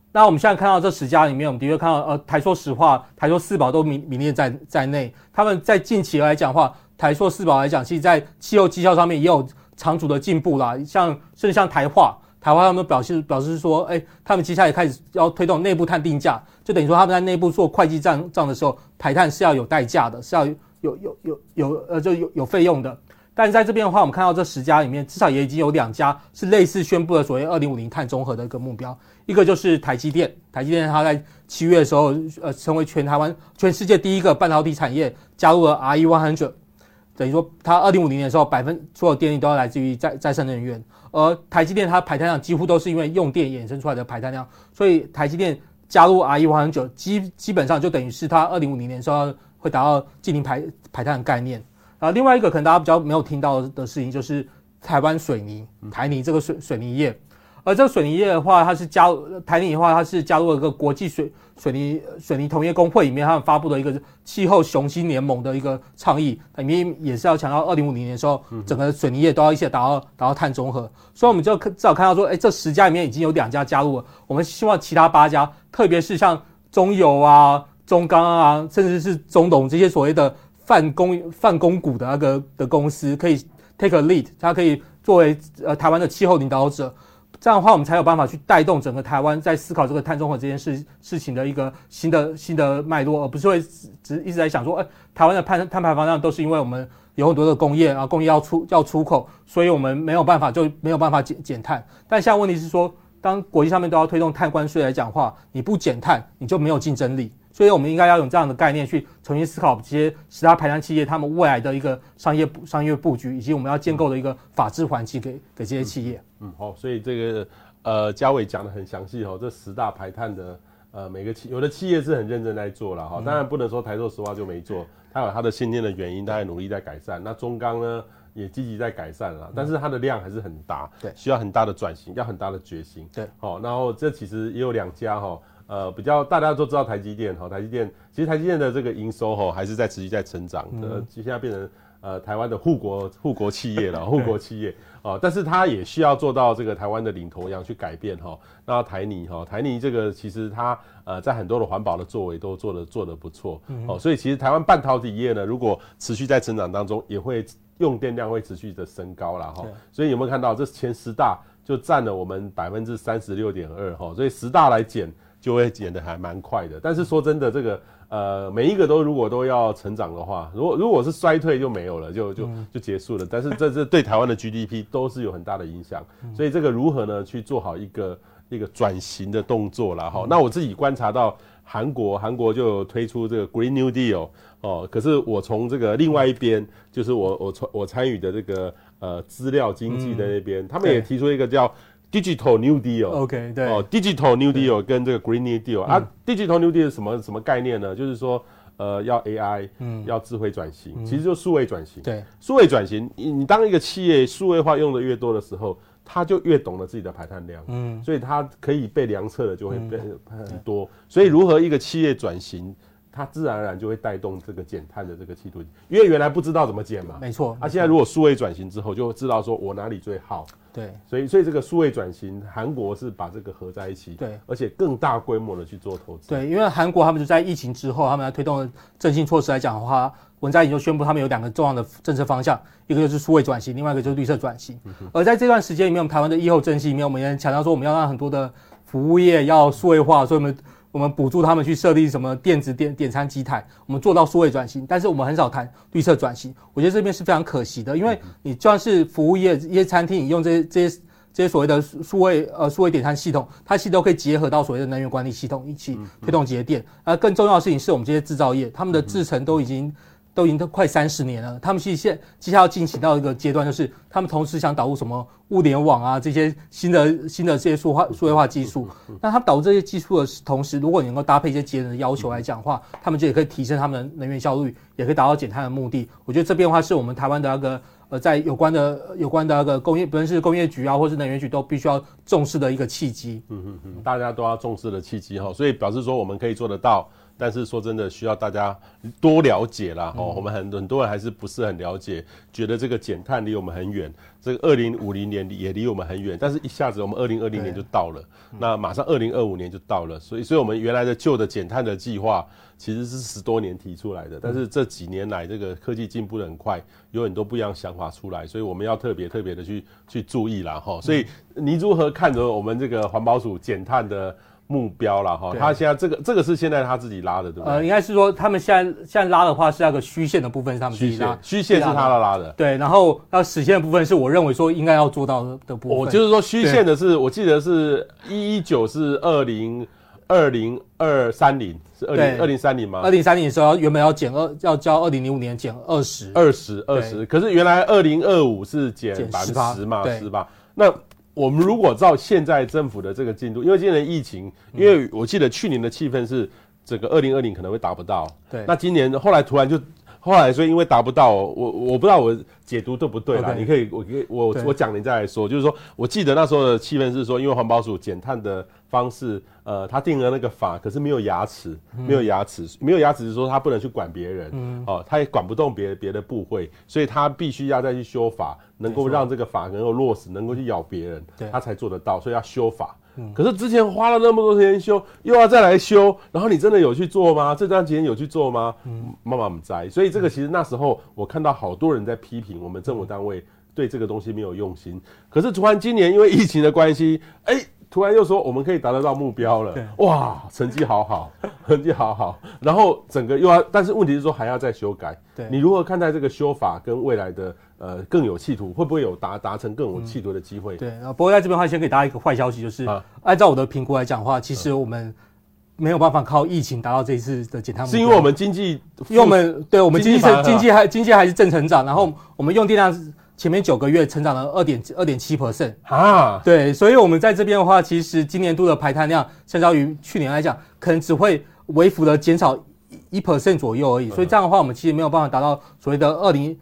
那我们现在看到这10家里面，我们的确看到台塑石化、台塑四宝都名列在内。他们在近期来讲的话，台塑四宝来讲，其实在气候绩效上面也有长足的进步啦。甚至像台化他们都表示说，他们接下来开始要推动内部碳定价，就等于说他们在内部做会计账的时候，排碳是要有代价的，是要有费用的。但是在这边的话，我们看到这10家里面，至少也已经有2家是类似宣布了所谓2050碳中和的一个目标。一个就是台积电，台积电它在7月的时候，成为全世界第一个半导体产业加入了 RE100， 等于说它2050年的时候，所有电力都要来自于再生能源。而台积电它排碳量几乎都是因为用电衍生出来的排碳量，所以台积电加入 RE100 基本上就等于是它2050年的时候会达到净零排碳的概念。另外一个可能大家比较没有听到的事情，就是台湾水泥台泥这个水泥业。而这个水泥业的话，台泥的话，它是加入了一个国际水泥同业工会里面，他们发布的一个气候雄心联盟的一个倡议，里面也是要强调2050年的时候，整个水泥业都要一起达到碳中和。所以我们就至少看到说，这10家里面已经有2家加入了，我们希望其他8家，特别是像中油啊、中钢啊，甚至是中董这些所谓的泛公股的公司，可以 take a lead， 它可以作为台湾的气候领导者。这样的话，我们才有办法去带动整个台湾在思考这个碳中和这件事情的一个新的脉络，而不是会只一直在想说，台湾的碳排放量都是因为我们有很多的工业啊，工业要出口，所以我们没有办法减碳。但现在问题是说，当国际上面都要推动碳关税来讲的话，你不减碳，你就没有竞争力。所以我们应该要用这样的概念去重新思考这些10大排碳企业他们未来的一个商业布局，以及我们要建构的一个法治环境给这些企业。 好，所以这个嘉伟讲得很详细这10大排碳的每个有的企业是很认真在做了当然不能说台塑石化就没做，它有它的先天的原因，它也努力在改善。那中钢呢也积极在改善了，但是它的量还是很大，对，需要很大的转型，要很大的决心。对，然后这其实也有2家比较大家都知道台积电其实台积电的这个营收还是在持续在成长的，现在变成台湾的护国企业了，护国企业但是它也需要做到这个台湾的领头羊去改变那台泥这个其实它在很多的环保的作为都做得不错所以其实台湾半导体业呢，如果持续在成长当中，也会用电量会持续的升高啦所以有没有看到这前10大就占了我们 36.2% 所以10大来减就会减得还蛮快的。但是说真的，这个每一个如果都要成长的话，如果是衰退就没有了，就结束了。但是这对台湾的 GDP 都是有很大的影响，所以这个如何呢去做好一个转型的动作啦那我自己观察到韩国就有推出这个 Green New Deal 可是我从这个另外一边，就是我参与的这个资料经济的那边，他们也提出一个叫Digital New Deal， 对，Digital New Deal 跟这个 Green New Deal Digital New Deal 是什么概念呢？就是说，要 AI，要智慧转型，其实就数位转型。对，数位转型，你当一个企业数位化用的越多的时候，他就越懂得自己的排碳量，所以它可以被量测的就会变很多。所以如何一个企业转型？它自然而然就会带动这个减碳的这个企图，因为原来不知道怎么减嘛，没错。现在如果数位转型之后，就知道说我哪里最好，对。所以这个数位转型，韩国是把这个合在一起，对，而且更大规模的去做投资。对，因为韩国他们就在疫情之后，他们来推动振兴措施来讲的话，文在寅就宣布他们有2个重要的政策方向，一个就是数位转型，另外一个就是绿色转型。而在这段时间里面，我们台湾的疫后振兴里面，我们也强调说我们要让很多的服务业要数位化，所以我们补助他们去设立什么电子点餐机台，我们做到数位转型，但是我们很少谈绿色转型。我觉得这边是非常可惜的，因为你就算是服务业一些餐厅，你用这些所谓的数位点餐系统，它其实都可以结合到所谓的能源管理系统，一起推动节电。更重要的事情是我们这些制造业，他们的制程都已经快30年了，他们其实接下来要进行到一个阶段，就是他们同时想导入什么物联网啊这些新的这些数位化技术。那他们导入这些技术的同时，如果你能够搭配一些节能的要求来讲的话，他们就也可以提升他们的能源效率，也可以达到减碳的目的。我觉得这边的话是我们台湾的那个在有关的那个工业，不论是工业局啊，或是能源局，都必须要重视的一个契机。大家都要重视的契机所以表示说我们可以做得到但是说真的，需要大家多了解啦。我们很多人还是不是很了解，觉得这个减碳离我们很远，这个2050年也离我们很远，但是一下子我们2020年就到了，那马上2025年就到了，所以我们原来的旧的减碳的计划其实是10多年提出来的，但是这几年来这个科技进步得很快，有很多不一样的想法出来，所以我们要特别的去注意啦。所以你如何看着我们这个环保署减碳的目标啦？他现在这个是现在他自己拉的，对不对？ 应该是说他们现在拉的话是那个虚线的部分是他们自己拉， 虚线是他拉的， 对。然后要实现的部分是我认为说应该要做到的部分。 我就是说虚线的是，我记得是119是2030是2030吗 ？2030的时候原本要交2005年减20%， 可是原来2025是减10%嘛，10%。那我们如果照现在政府的这个进度，因为今年的疫情，因为我记得去年的气氛是这个2020可能会达不到， 对。 那今年后来所以因为达不到，我不知道我解读对不对啦， Okay. 你可以我讲你再来说，就是说我记得那时候的气氛是说，因为环保署减碳的方式，他定了那个法，可是没有牙齿是说他不能去管别人，他也管不动别的部会，所以他必须要再去修法，能够让这个法能够落实，能够去咬别人，他才做得到，所以要修法。可是之前花了那么多时间修，又要再来修，然后你真的有去做吗？这段时间有去做吗？妈妈不在，所以这个其实那时候我看到好多人在批评我们政府单位对这个东西没有用心。可是突然今年因为疫情的关系，突然又说我们可以达得到目标了，哇，成绩好好，然后整个又要，但是问题是说还要再修改。你如何看待这个修法跟未来的更有企图，会不会有达成更有企图的机会？ 对，不过在这边的话，先给大家一个坏消息，就是按照我的评估来讲的话，其实我们没有办法靠疫情达到这一次的减碳目标， 是因为我们经济， 因为我们经济还是正成长，然后我们用电量前面9个月成长了2.7%啊，对，所以我们在这边的话，其实今年度的排碳量相较于去年来讲，可能只会微幅的减少1% 左右而已，所以这样的话，我们其实没有办法达到所谓的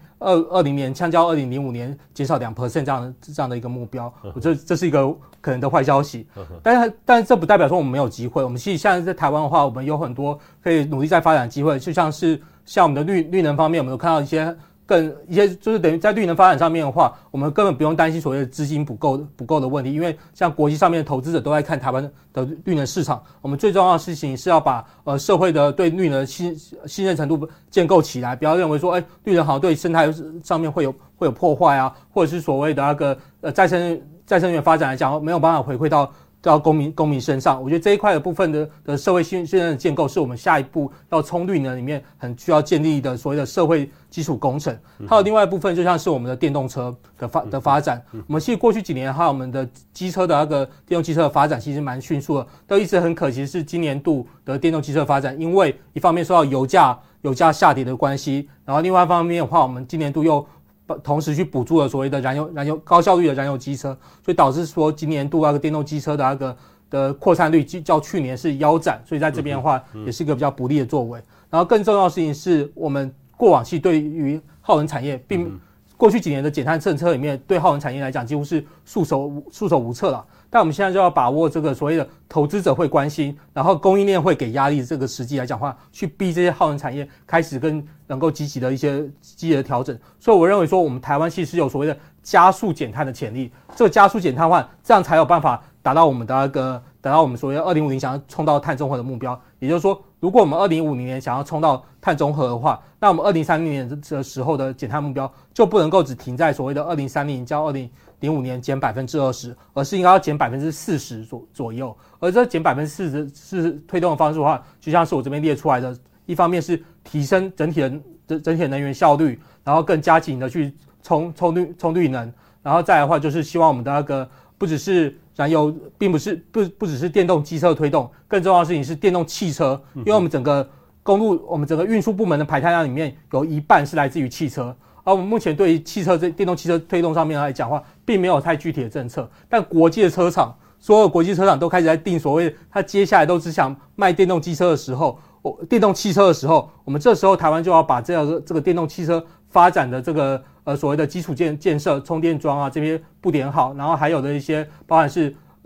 2020年相较2005年减少2% 这样的一个目标，这是一个可能的坏消息，但这不代表说我们没有机会，我们其实现在在台湾的话，我们有很多可以努力在发展的机会，就像我们的绿能方面，我们有看到一些就是等于在绿能发展上面的话，我们根本不用担心所谓的资金不够的问题，因为像国际上面的投资者都在看台湾的绿能市场。我们最重要的事情是要把社会的对绿能的信任程度建构起来，不要认为说绿能好像对生态上面会有破坏啊，或者是所谓的那个再生能源发展来讲没有办法回馈到公民身上。我觉得这一块的部分的社会信任的建构是我们下一步要冲绿能里面很需要建立的所谓的社会基础工程。还有另外一部分就像是我们的电动车的发展，我们其实过去几年还有我们的机车的那个电动机车的发展其实蛮迅速的，都一直很可惜是今年度的电动机车发展，因为一方面受到油价下跌的关系，然后另外一方面的话，我们今年度又同时去补助了所谓的燃油高效率的燃油机车，所以导致说今年度那个电动机车的那个的扩散率较去年是腰斩，所以在这边的话也是一个比较不利的作为。然后更重要的事情是我们过往期对于耗能产业过去几年的减碳政策里面，对耗能产业来讲几乎是束手无策了。但我们现在就要把握这个所谓的投资者会关心，然后供应链会给压力这个时机来讲的话，去逼这些耗能产业开始跟能够积极的调整。所以我认为说，我们台湾其实有所谓的加速减碳的潜力。这个加速减碳的话，这样才有办法达到我们所谓的2050想要冲到碳中和的目标。也就是说，如果我们2050年想要冲到碳中和的话，那我们2030年的时候的减碳目标就不能够只停在所谓的2030到2005年减20%，而是应该要减40%左右。而这减40%推动的方式的话，就像是我这边列出来的，一方面是提升整体的能源效率，然后更加紧的去冲绿能，然后再来的话就是希望我们的那个不只是燃油，并不只是电动机车推动，更重要的事情是电动汽车，因为我们整个我们整个运输部门的排碳量里面有一半是来自于汽车。而我们目前对于电动汽车推动上面来讲的话，并没有太具体的政策，但国际的车厂，所有国际车厂都开始在定所谓他接下来都只想卖电动汽车的时候，我们这时候台湾就要把这个电动汽车发展的这个所谓的基础建设、充电桩啊这些布点好，然后还有的一些包含是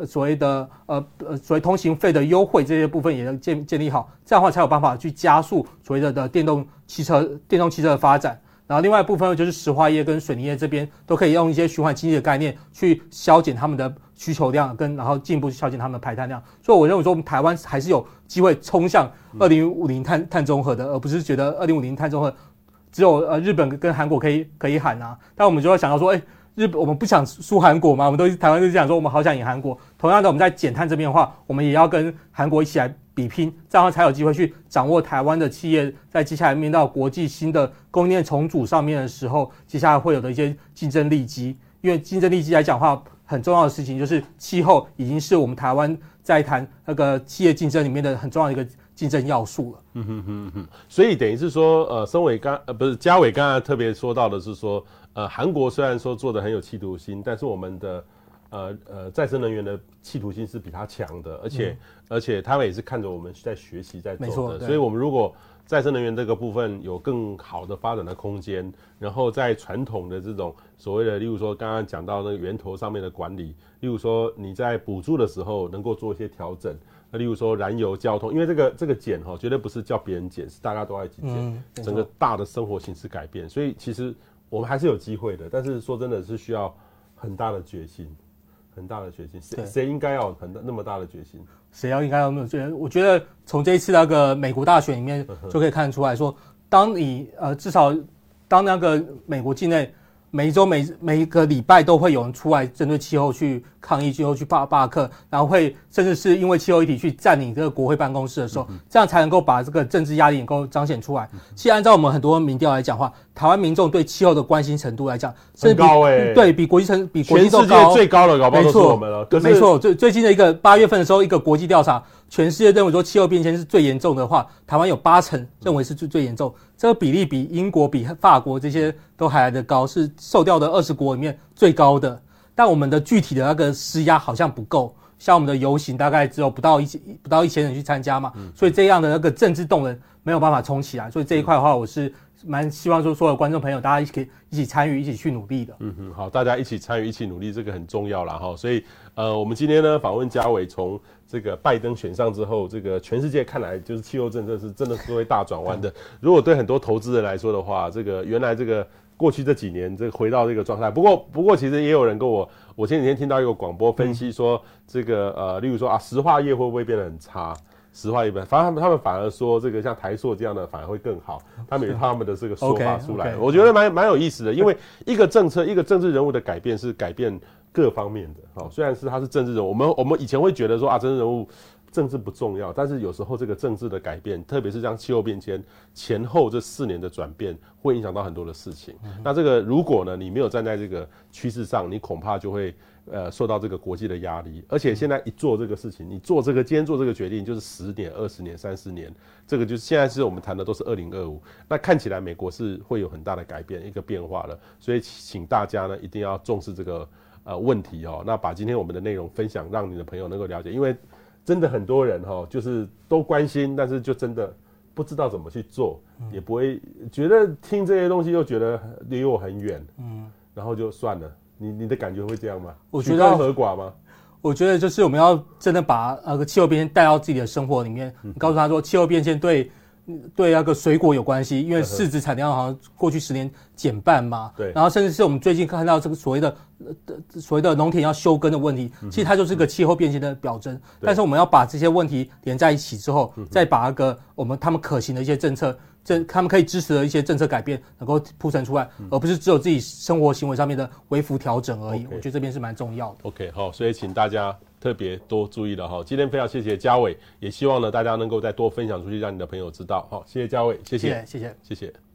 所谓通行费的优惠这些部分也要建立好，这样的话才有办法去加速所谓的电动汽车的发展。然后另外一部分就是石化业跟水泥业这边都可以用一些循环经济的概念去削减他们的需求量，然后进一步削减他们的排碳量。所以我认为说我们台湾还是有机会冲向2050碳中和的，而不是觉得2050碳中和只有日本跟韩国可以喊啊。但我们就会想到说，我们不想输韩国嘛，我们台湾就是讲说我们好想赢韩国。同样的，我们在减碳这边的话，我们也要跟韩国一起来比拼，这样才有机会去掌握台湾的企业在接下来面到国际新的供应链重组上面的时候，接下来会有的一些竞争利基。因为竞争利基来讲的话，很重要的事情就是气候已经是我们台湾在谈那个企业竞争里面的很重要的一个竞争要素了。 所以等于是说，身为嘉伟刚才特别说到的是说，韩国虽然说做的很有企图心，但是我们的再生能源的企图心是比它强的，而且他们也是看着我们在学习在走的，所以我们如果再生能源这个部分有更好的发展的空间，然后在传统的这种所谓的，例如说刚刚讲到那个源头上面的管理，例如说你在补助的时候能够做一些调整，那例如说燃油交通，因为这个减绝对不是叫别人减，是大家都要一起减，整个大的生活形式改变，所以其实我们还是有机会的，但是说真的是需要很大的决心。很大的决心，谁应该要有那么大的决心？谁应该要没有决心？我觉得从这一次那个美国大选里面就可以看得出来说，当你至少当那个美国境内每一周每个礼拜都会有人出来针对气候去抗议，最后去罢课，然后会甚至是因为气候议题去占领这个国会办公室的时候，这样才能够把这个政治压力能够彰显出来。其实按照我们很多民调来讲的话，台湾民众对气候的关心程度来讲， 很高对比国际都高， 全世界最高的搞不好都是我们了。 没错，最近的一个8月份的时候，一个国际调查，全世界认为说气候变迁是最严重的话，台湾有80%认为是最严重，这个比例比英国、比法国这些都还来得高，是受调的20国里面最高的。但我们的具体的那个施压好像不够，像我们的游行大概只有不到1000人去参加嘛，所以这样的那个政治动能没有办法冲起来，所以这一块的话，我是蛮希望说所有观众朋友大家可以一起参与，一起去努力的。 好，大家一起参与，一起努力，这个很重要啦哈。所以我们今天呢访问嘉伟，从这个拜登选上之后，这个全世界看来就是气候政策是真的是会大转弯的。如果对很多投资人来说的话，这个原来这个过去这几年这个回到这个状态，不过其实也有人跟我前几天听到一个广播分析说，这个例如说石化业会不会变得很差？石化业反正他们反而说这个像台塑这样的反而会更好，他们有他们的这个说法出来，我觉得蛮有意思的，因为一个政策一个政治人物的改变是改变各方面的，虽然是他是政治人物，我们以前会觉得说政治人物政治不重要，但是有时候这个政治的改变，特别是像气候变迁前后这4年的转变，会影响到很多的事情。那这个如果呢你没有站在这个趋势上，你恐怕就会受到这个国际的压力。而且现在一做这个事情，你做这个今天做这个决定，就是10年、20年、30年，这个就是现在是我们谈的都是2025。那看起来美国是会有很大的改变，一个变化了。所以请大家呢一定要重视这个问题哦。那把今天我们的内容分享，让你的朋友能够了解，因为真的很多人就是都关心，但是就真的不知道怎么去做，也不会觉得听这些东西又觉得离我很远，然后就算了。你的感觉会这样吗？ 我觉得和寡吗？ 我觉得就是我们要真的把气候变迁带到自己的生活里面，告诉他说气候变迁对那个水果有关系，因为市值产量好像过去10年减半嘛， 对， 然后甚至是我们最近看到这个所谓的农田要休耕的问题，其实它就是个气候变迁的表征。但是我们要把这些问题连在一起之后，再把那个他们可行的一些政策，他们可以支持的一些政策改变能够铺陈出来，而不是只有自己生活行为上面的微幅调整而已。我觉得这边是蛮重要的。 OK， 好，所以请大家特别多注意了哈。今天非常谢谢嘉伟，也希望呢大家能够再多分享出去，让你的朋友知道。好，谢谢嘉伟，谢谢。